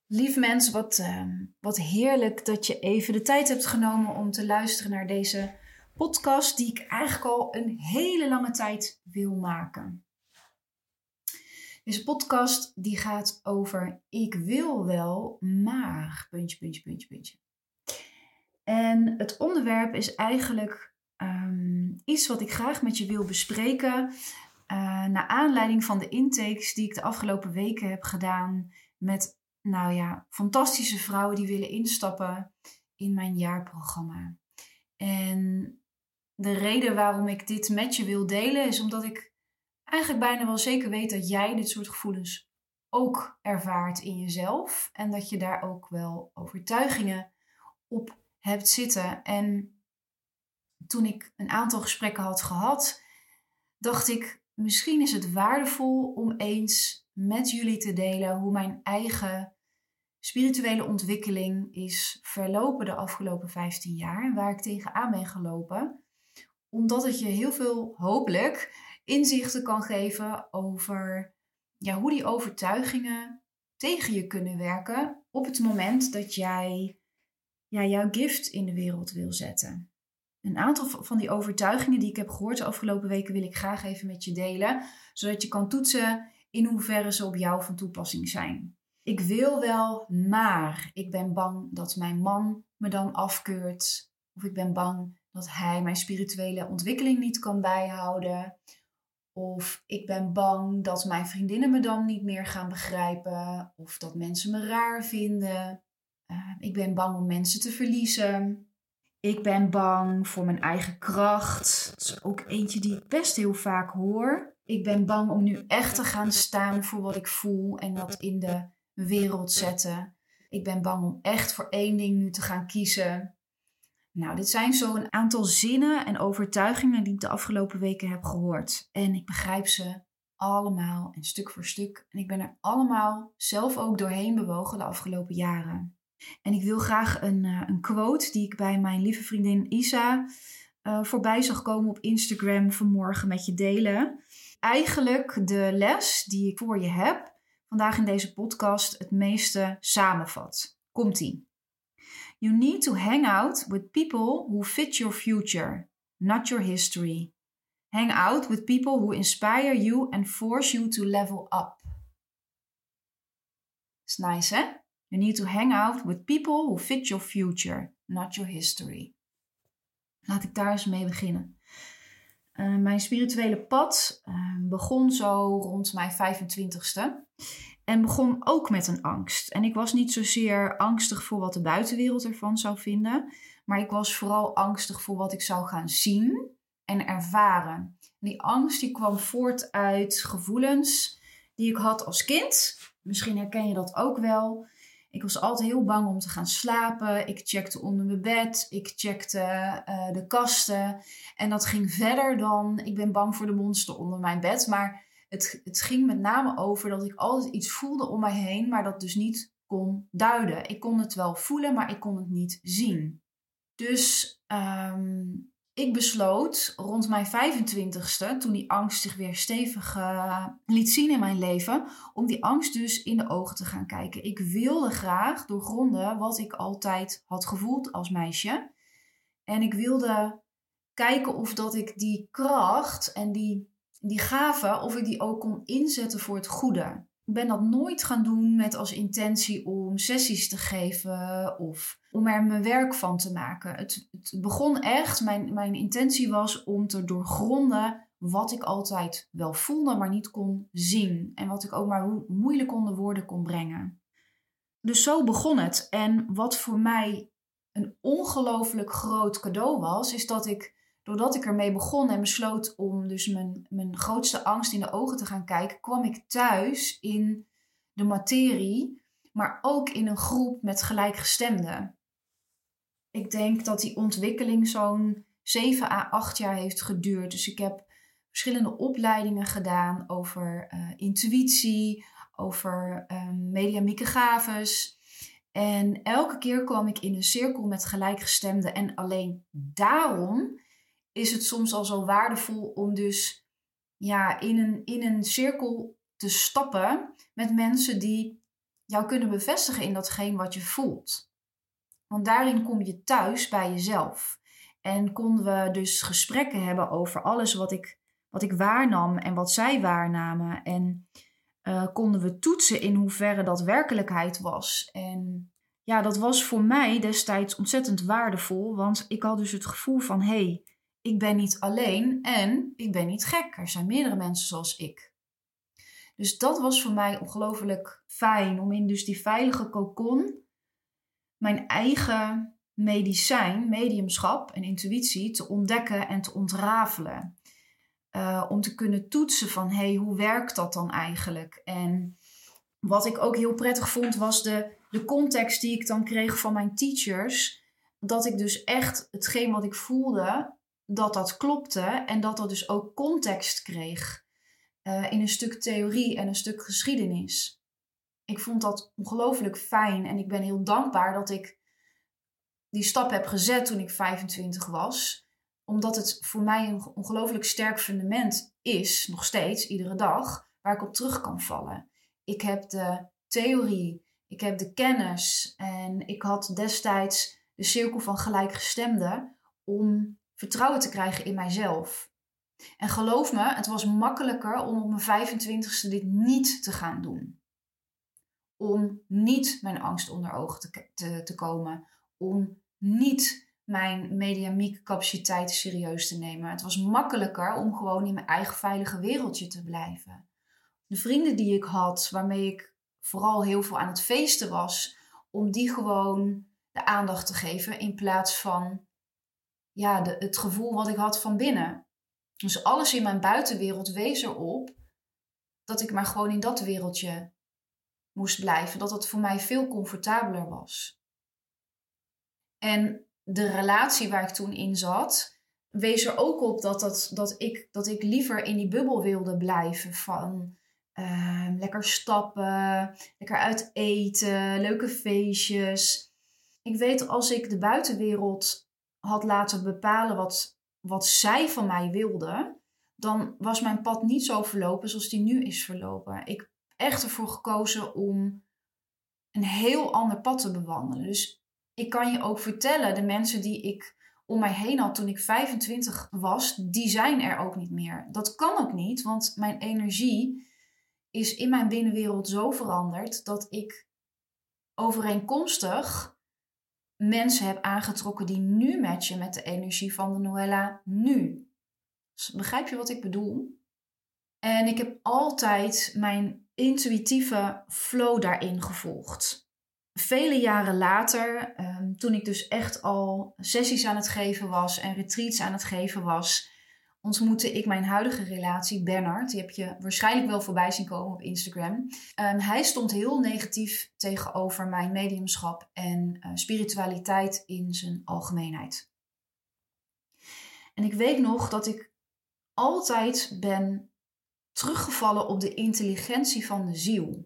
Lief mens, wat heerlijk dat je even de tijd hebt genomen om te luisteren naar deze podcast die ik eigenlijk al een hele lange tijd wil maken. Deze podcast die gaat over ik wil wel, maar... puntje. En het onderwerp is eigenlijk iets wat ik graag met je wil bespreken. Naar aanleiding van de intakes die ik de afgelopen weken heb gedaan met fantastische vrouwen die willen instappen in mijn jaarprogramma. En de reden waarom ik dit met je wil delen is omdat ik eigenlijk bijna wel zeker weet dat jij dit soort gevoelens ook ervaart in jezelf. En dat je daar ook wel overtuigingen op hebt zitten. En toen ik een aantal gesprekken had gehad, dacht ik, misschien is het waardevol om eens met jullie te delen hoe mijn eigen spirituele ontwikkeling is verlopen de afgelopen 15 jaar en waar ik tegenaan ben gelopen. Omdat het je heel veel, hopelijk, inzichten kan geven over hoe die overtuigingen tegen je kunnen werken op het moment dat jij jouw gift in de wereld wil zetten. Een aantal van die overtuigingen die ik heb gehoord de afgelopen weken wil ik graag even met je delen, zodat je kan toetsen in hoeverre ze op jou van toepassing zijn. Ik wil wel, maar ik ben bang dat mijn man me dan afkeurt. Of ik ben bang dat hij mijn spirituele ontwikkeling niet kan bijhouden. Of ik ben bang dat mijn vriendinnen me dan niet meer gaan begrijpen. Of dat mensen me raar vinden. Ik ben bang om mensen te verliezen. Ik ben bang voor mijn eigen kracht. Dat is ook eentje die ik best heel vaak hoor. Ik ben bang om nu echt te gaan staan voor wat ik voel en dat in de wereld zetten. Ik ben bang om echt voor één ding nu te gaan kiezen. Nou, dit zijn zo'n aantal zinnen en overtuigingen die ik de afgelopen weken heb gehoord. En ik begrijp ze allemaal en stuk voor stuk. En ik ben er allemaal zelf ook doorheen bewogen de afgelopen jaren. En ik wil graag een quote die ik bij mijn lieve vriendin Isa voorbij zag komen op Instagram vanmorgen met je delen. Eigenlijk de les die ik voor je heb vandaag in deze podcast het meeste samenvat. Komt-ie. You need to hang out with people who fit your future, not your history. Hang out with people who inspire you and force you to level up. Is nice, hè? You need to hang out with people who fit your future, not your history. Laat ik daar eens mee beginnen. Mijn spirituele pad begon zo rond mijn 25ste. En begon ook met een angst. En ik was niet zozeer angstig voor wat de buitenwereld ervan zou vinden. Maar ik was vooral angstig voor wat ik zou gaan zien en ervaren. En die angst die kwam voort uit gevoelens die ik had als kind. Misschien herken je dat ook wel. Ik was altijd heel bang om te gaan slapen. Ik checkte onder mijn bed. Ik checkte de kasten. En dat ging verder dan ik ben bang voor de monster onder mijn bed. Maar het ging met name over dat ik altijd iets voelde om mij heen, maar dat dus niet kon duiden. Ik kon het wel voelen, maar ik kon het niet zien. Dus ik besloot rond mijn 25ste, toen die angst zich weer stevig liet zien in mijn leven, om die angst dus in de ogen te gaan kijken. Ik wilde graag doorgronden wat ik altijd had gevoeld als meisje. En ik wilde kijken of dat ik die kracht en die gave, of ik die ook kon inzetten voor het goede. Ik ben dat nooit gaan doen met als intentie om sessies te geven of om er mijn werk van te maken. Het begon echt, mijn intentie was om te doorgronden wat ik altijd wel voelde, maar niet kon zien. En wat ik ook maar moeilijk onder woorden kon brengen. Dus zo begon het. En wat voor mij een ongelooflijk groot cadeau was, is dat ik, doordat ik ermee begon en besloot om dus mijn grootste angst in de ogen te gaan kijken, kwam ik thuis in de materie, maar ook in een groep met gelijkgestemden. Ik denk dat die ontwikkeling zo'n 7 à 8 jaar heeft geduurd. Dus ik heb verschillende opleidingen gedaan over intuïtie, over mediamieke gaves. En elke keer kwam ik in een cirkel met gelijkgestemden. En alleen daarom is het soms al zo waardevol om dus in een cirkel te stappen met mensen die jou kunnen bevestigen in datgene wat je voelt. Want daarin kom je thuis bij jezelf. En konden we dus gesprekken hebben over alles wat ik waarnam en wat zij waarnamen. En konden we toetsen in hoeverre dat werkelijkheid was. En ja, dat was voor mij destijds ontzettend waardevol. Want ik had dus het gevoel van, hé, ik ben niet alleen en ik ben niet gek. Er zijn meerdere mensen zoals ik. Dus dat was voor mij ongelooflijk fijn om in dus die veilige cocon mijn eigen medicijn, mediumschap en intuïtie te ontdekken en te ontrafelen. Om te kunnen toetsen van, hé, hoe werkt dat dan eigenlijk? En wat ik ook heel prettig vond was de context die ik dan kreeg van mijn teachers. Dat ik dus echt hetgeen wat ik voelde, dat klopte. En dat dus ook context kreeg in een stuk theorie en een stuk geschiedenis. Ik vond dat ongelooflijk fijn en ik ben heel dankbaar dat ik die stap heb gezet toen ik 25 was. Omdat het voor mij een ongelooflijk sterk fundament is, nog steeds, iedere dag, waar ik op terug kan vallen. Ik heb de theorie, ik heb de kennis en ik had destijds de cirkel van gelijkgestemden om vertrouwen te krijgen in mijzelf. En geloof me, het was makkelijker om op mijn 25ste dit niet te gaan doen. Om niet mijn angst onder ogen te komen. Om niet mijn mediamieke capaciteiten serieus te nemen. Het was makkelijker om gewoon in mijn eigen veilige wereldje te blijven. De vrienden die ik had, waarmee ik vooral heel veel aan het feesten was, om die gewoon de aandacht te geven in plaats van het gevoel wat ik had van binnen. Dus alles in mijn buitenwereld wees erop dat ik maar gewoon in dat wereldje moest blijven. Dat het voor mij veel comfortabeler was. En de relatie waar ik toen in zat, wees er ook op dat ik liever in die bubbel wilde blijven van lekker stappen, lekker uit eten, leuke feestjes. Ik weet als ik de buitenwereld had laten bepalen wat zij van mij wilde, dan was mijn pad niet zo verlopen zoals die nu is verlopen. Ik heb echt ervoor gekozen om een heel ander pad te bewandelen. Dus ik kan je ook vertellen, de mensen die ik om mij heen had toen ik 25 was, die zijn er ook niet meer. Dat kan ook niet, want mijn energie is in mijn binnenwereld zo veranderd dat ik overeenkomstig mensen heb aangetrokken die nu matchen met de energie van de Noella nu. Dus begrijp je wat ik bedoel? En ik heb altijd mijn intuïtieve flow daarin gevolgd. Vele jaren later, toen ik dus echt al sessies aan het geven was en retreats aan het geven was, ontmoette ik mijn huidige relatie, Bernard. Die heb je waarschijnlijk wel voorbij zien komen op Instagram. Hij stond heel negatief tegenover mijn mediumschap en spiritualiteit in zijn algemeenheid. En ik weet nog dat ik altijd ben teruggevallen op de intelligentie van de ziel.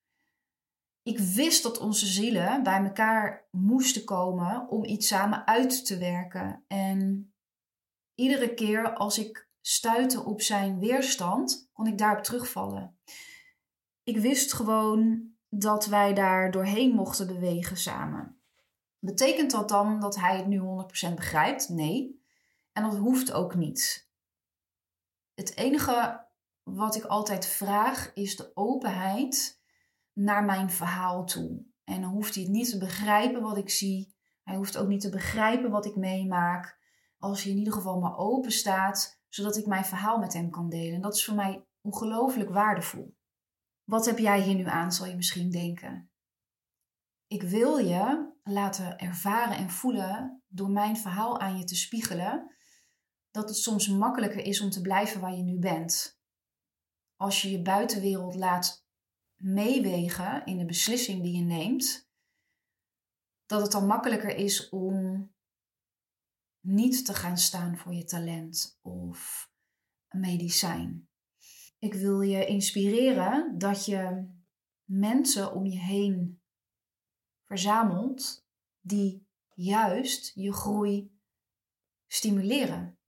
Ik wist dat onze zielen bij elkaar moesten komen om iets samen uit te werken. En iedere keer als ik stuitte op zijn weerstand, kon ik daarop terugvallen. Ik wist gewoon dat wij daar doorheen mochten bewegen samen. Betekent dat dan dat hij het nu 100% begrijpt? Nee. En dat hoeft ook niet. Het enige wat ik altijd vraag is de openheid naar mijn verhaal toe. En dan hoeft hij het niet te begrijpen wat ik zie. Hij hoeft ook niet te begrijpen wat ik meemaak. Als hij in ieder geval maar open staat, zodat ik mijn verhaal met hem kan delen. En dat is voor mij ongelooflijk waardevol. Wat heb jij hier nu aan, zal je misschien denken? Ik wil je laten ervaren en voelen door mijn verhaal aan je te spiegelen, dat het soms makkelijker is om te blijven waar je nu bent. Als je je buitenwereld laat meewegen in de beslissing die je neemt, dat het dan makkelijker is om niet te gaan staan voor je talent of een medicijn. Ik wil je inspireren dat je mensen om je heen verzamelt die juist je groei stimuleren.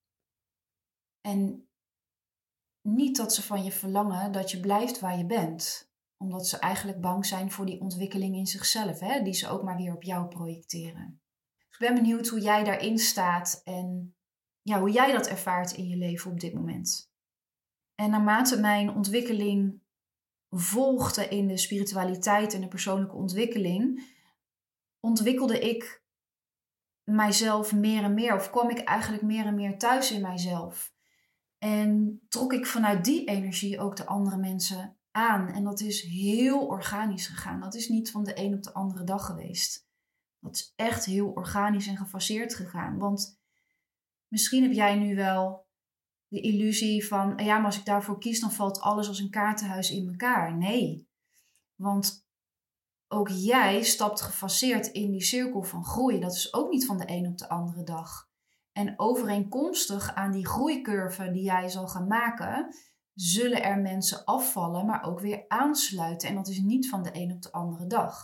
En niet dat ze van je verlangen dat je blijft waar je bent. Omdat ze eigenlijk bang zijn voor die ontwikkeling in zichzelf, hè? Die ze ook maar weer op jou projecteren. Dus ik ben benieuwd hoe jij daarin staat en ja, hoe jij dat ervaart in je leven op dit moment. En naarmate mijn ontwikkeling volgde in de spiritualiteit en de persoonlijke ontwikkeling, ontwikkelde ik mijzelf meer en meer, of kwam ik eigenlijk meer en meer thuis in mijzelf. En trok ik vanuit die energie ook de andere mensen aan. En dat is heel organisch gegaan. Dat is niet van de een op de andere dag geweest. Dat is echt heel organisch en gefaseerd gegaan. Want misschien heb jij nu wel de illusie van, ja, maar als ik daarvoor kies, dan valt alles als een kaartenhuis in elkaar. Nee, want ook jij stapt gefaseerd in die cirkel van groei. Dat is ook niet van de een op de andere dag. En overeenkomstig aan die groeicurve die jij zal gaan maken, zullen er mensen afvallen, maar ook weer aansluiten. En dat is niet van de een op de andere dag.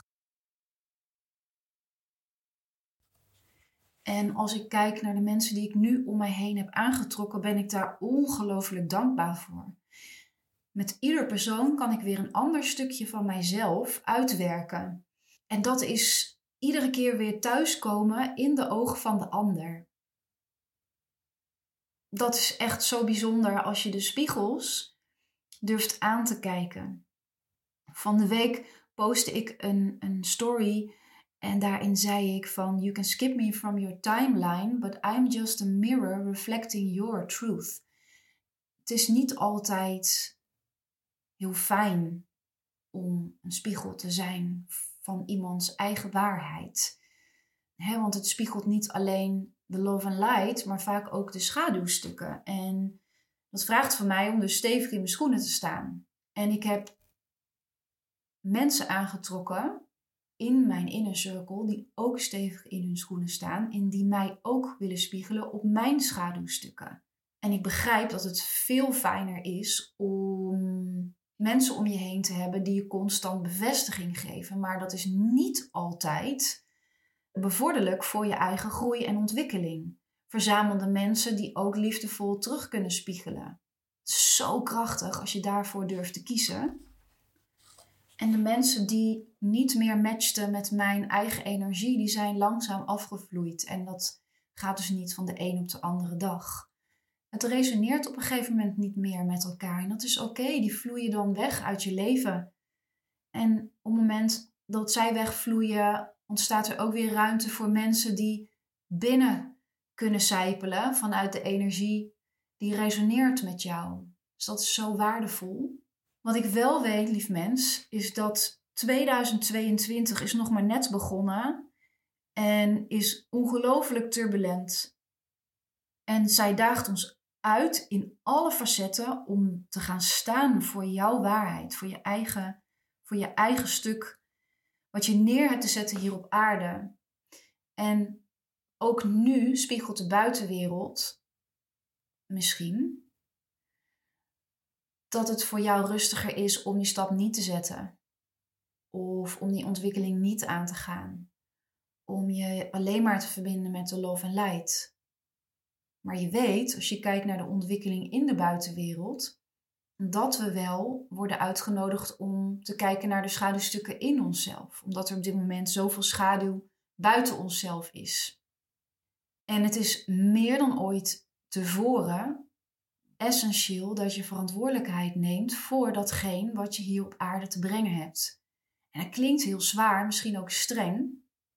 En als ik kijk naar de mensen die ik nu om mij heen heb aangetrokken, ben ik daar ongelooflijk dankbaar voor. Met ieder persoon kan ik weer een ander stukje van mijzelf uitwerken. En dat is iedere keer weer thuiskomen in de ogen van de ander. Dat is echt zo bijzonder als je de spiegels durft aan te kijken. Van de week postte ik een story en daarin zei ik van: You can skip me from your timeline, but I'm just a mirror reflecting your truth. Het is niet altijd heel fijn om een spiegel te zijn van iemands eigen waarheid. Want het spiegelt niet alleen de love and light, maar vaak ook de schaduwstukken. En dat vraagt van mij om dus stevig in mijn schoenen te staan. En ik heb mensen aangetrokken in mijn inner circle die ook stevig in hun schoenen staan en die mij ook willen spiegelen op mijn schaduwstukken. En ik begrijp dat het veel fijner is om mensen om je heen te hebben die je constant bevestiging geven. Maar dat is niet altijd bevorderlijk voor je eigen groei en ontwikkeling. Verzamel de mensen die ook liefdevol terug kunnen spiegelen. Het is zo krachtig als je daarvoor durft te kiezen. En de mensen die niet meer matchten met mijn eigen energie, die zijn langzaam afgevloeid. En dat gaat dus niet van de een op de andere dag. Het resoneert op een gegeven moment niet meer met elkaar. En dat is oké, die vloeien dan weg uit je leven. En op het moment dat zij wegvloeien, ontstaat er ook weer ruimte voor mensen die binnen kunnen sijpelen vanuit de energie die resoneert met jou. Dus dat is zo waardevol. Wat ik wel weet, lief mens, is dat 2022 is nog maar net begonnen en is ongelooflijk turbulent. En zij daagt ons uit in alle facetten om te gaan staan voor jouw waarheid, voor je eigen stuk, wat je neer hebt te zetten hier op aarde. En ook nu spiegelt de buitenwereld misschien dat het voor jou rustiger is om die stap niet te zetten. Of om die ontwikkeling niet aan te gaan. Om je alleen maar te verbinden met de love and light. Maar je weet, als je kijkt naar de ontwikkeling in de buitenwereld, dat we wel worden uitgenodigd om te kijken naar de schaduwstukken in onszelf. Omdat er op dit moment zoveel schaduw buiten onszelf is. En het is meer dan ooit tevoren essentieel dat je verantwoordelijkheid neemt voor datgene wat je hier op aarde te brengen hebt. En dat klinkt heel zwaar, misschien ook streng.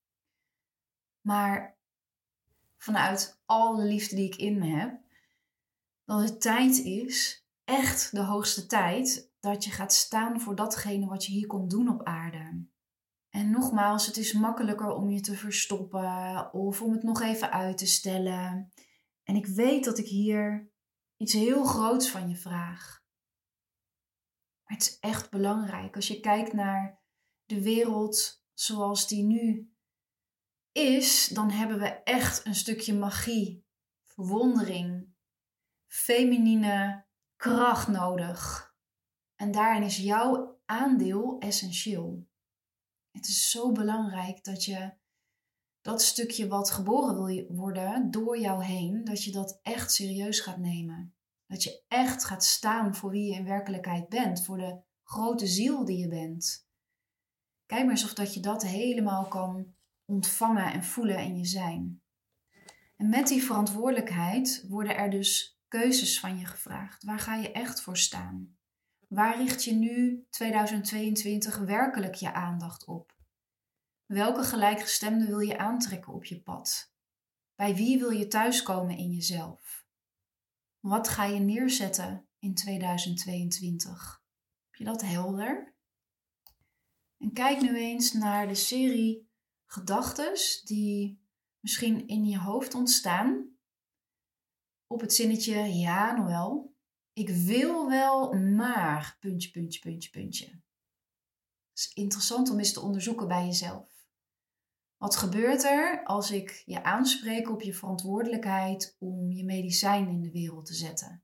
Maar vanuit alle liefde die ik in me heb, dat het tijd is, echt de hoogste tijd, dat je gaat staan voor datgene wat je hier komt doen op aarde. En nogmaals, het is makkelijker om je te verstoppen of om het nog even uit te stellen. En ik weet dat ik hier iets heel groots van je vraag. Maar het is echt belangrijk. Als je kijkt naar de wereld zoals die nu is, dan hebben we echt een stukje magie, verwondering, feminine kracht nodig. En daarin is jouw aandeel essentieel. Het is zo belangrijk dat je dat stukje wat geboren wil worden door jou heen, dat je dat echt serieus gaat nemen. Dat je echt gaat staan voor wie je in werkelijkheid bent. Voor de grote ziel die je bent. Kijk maar eens of dat je dat helemaal kan ontvangen en voelen in je zijn. En met die verantwoordelijkheid worden er dus keuzes van je gevraagd. Waar ga je echt voor staan? Waar richt je nu 2022 werkelijk je aandacht op? Welke gelijkgestemde wil je aantrekken op je pad? Bij wie wil je thuiskomen in jezelf? Wat ga je neerzetten in 2022? Heb je dat helder? En kijk nu eens naar de serie gedachtes die misschien in je hoofd ontstaan. Op het zinnetje, ja Noël, ik wil wel, maar, puntje, puntje, puntje, puntje. Het is interessant om eens te onderzoeken bij jezelf. Wat gebeurt er als ik je aanspreek op je verantwoordelijkheid om je medicijn in de wereld te zetten?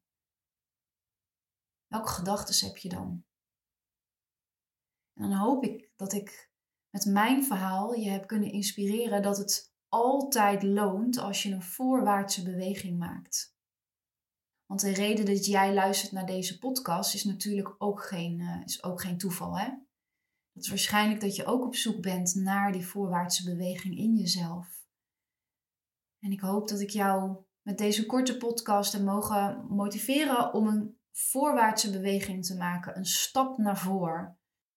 Welke gedachten heb je dan? En dan hoop ik dat ik met mijn verhaal je heb kunnen inspireren dat het altijd loont als je een voorwaartse beweging maakt. Want de reden dat jij luistert naar deze podcast is natuurlijk ook geen toeval, hè? Dat is waarschijnlijk dat je ook op zoek bent naar die voorwaartse beweging in jezelf. En ik hoop dat ik jou met deze korte podcast heb mogen motiveren om een voorwaartse beweging te maken. Een stap naar voren.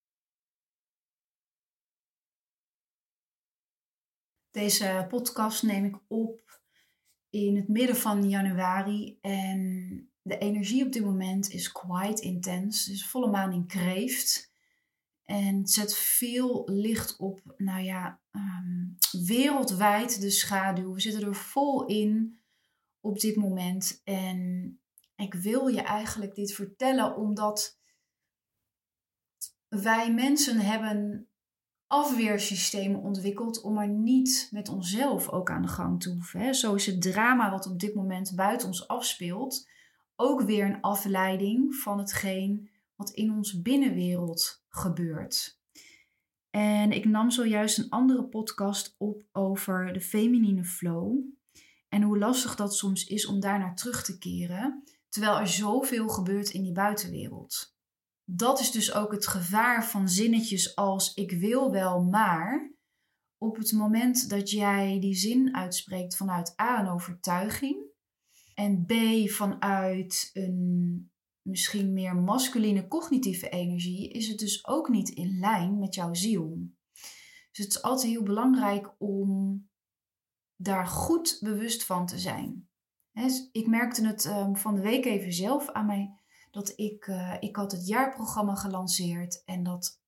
Deze podcast neem ik op in het midden van januari. En de energie op dit moment is quite intens. Het is volle maan in Kreeft. En het zet veel licht op, wereldwijd de schaduw. We zitten er vol in op dit moment. En ik wil je eigenlijk dit vertellen omdat wij mensen hebben afweersystemen ontwikkeld om er niet met onszelf ook aan de gang te hoeven. Hè. Zo is het drama wat op dit moment buiten ons afspeelt ook weer een afleiding van hetgeen wat in ons binnenwereld gebeurt. En ik nam zojuist een andere podcast op over de feminine flow en hoe lastig dat soms is om daarnaar terug te keren, terwijl er zoveel gebeurt in die buitenwereld. Dat is dus ook het gevaar van zinnetjes als ik wil wel, maar op het moment dat jij die zin uitspreekt vanuit A, een overtuiging en B, vanuit een misschien meer masculine cognitieve energie, is het dus ook niet in lijn met jouw ziel. Dus het is altijd heel belangrijk om daar goed bewust van te zijn. Ik merkte het van de week even zelf aan mij, dat ik had het jaarprogramma gelanceerd en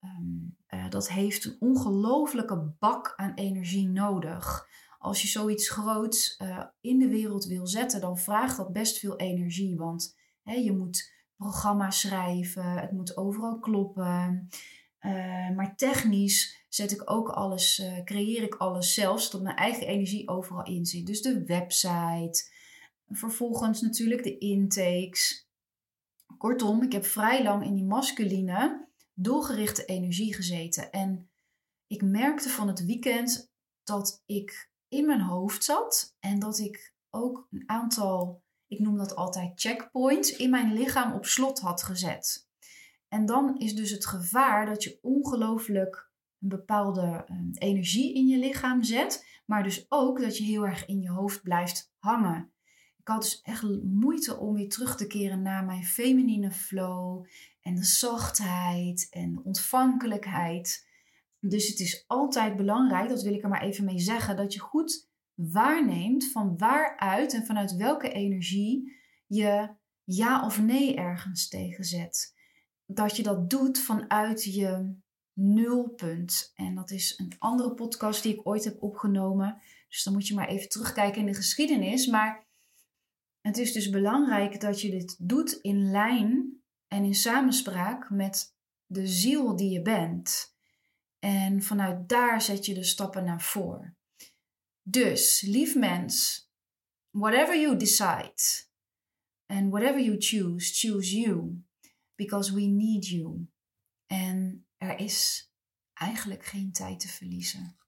dat heeft een ongelofelijke bak aan energie nodig. Als je zoiets groots in de wereld wil zetten, dan vraagt dat best veel energie. Want je moet programma's schrijven, het moet overal kloppen. Maar technisch zet ik ook alles, creëer ik alles zelf, zodat mijn eigen energie overal in zit. Dus de website, vervolgens natuurlijk de intakes. Kortom, ik heb vrij lang in die masculine, doelgerichte energie gezeten. En ik merkte van het weekend dat ik in mijn hoofd zat en dat ik ook een aantal, ik noem dat altijd checkpoints, in mijn lichaam op slot had gezet. En dan is dus het gevaar dat je ongelooflijk een bepaalde energie in je lichaam zet, maar dus ook dat je heel erg in je hoofd blijft hangen. Ik had dus echt moeite om weer terug te keren naar mijn feminine flow en de zachtheid en de ontvankelijkheid. Dus het is altijd belangrijk, dat wil ik er maar even mee zeggen, dat je goed waarneemt van waaruit en vanuit welke energie je ja of nee ergens tegenzet. Dat je dat doet vanuit je nulpunt. En dat is een andere podcast die ik ooit heb opgenomen. Dus dan moet je maar even terugkijken in de geschiedenis. Maar het is dus belangrijk dat je dit doet in lijn en in samenspraak met de ziel die je bent. En vanuit daar zet je de stappen naar voren. Dus, lief mens, whatever you decide and whatever you choose, choose you. Because we need you. En er is eigenlijk geen tijd te verliezen.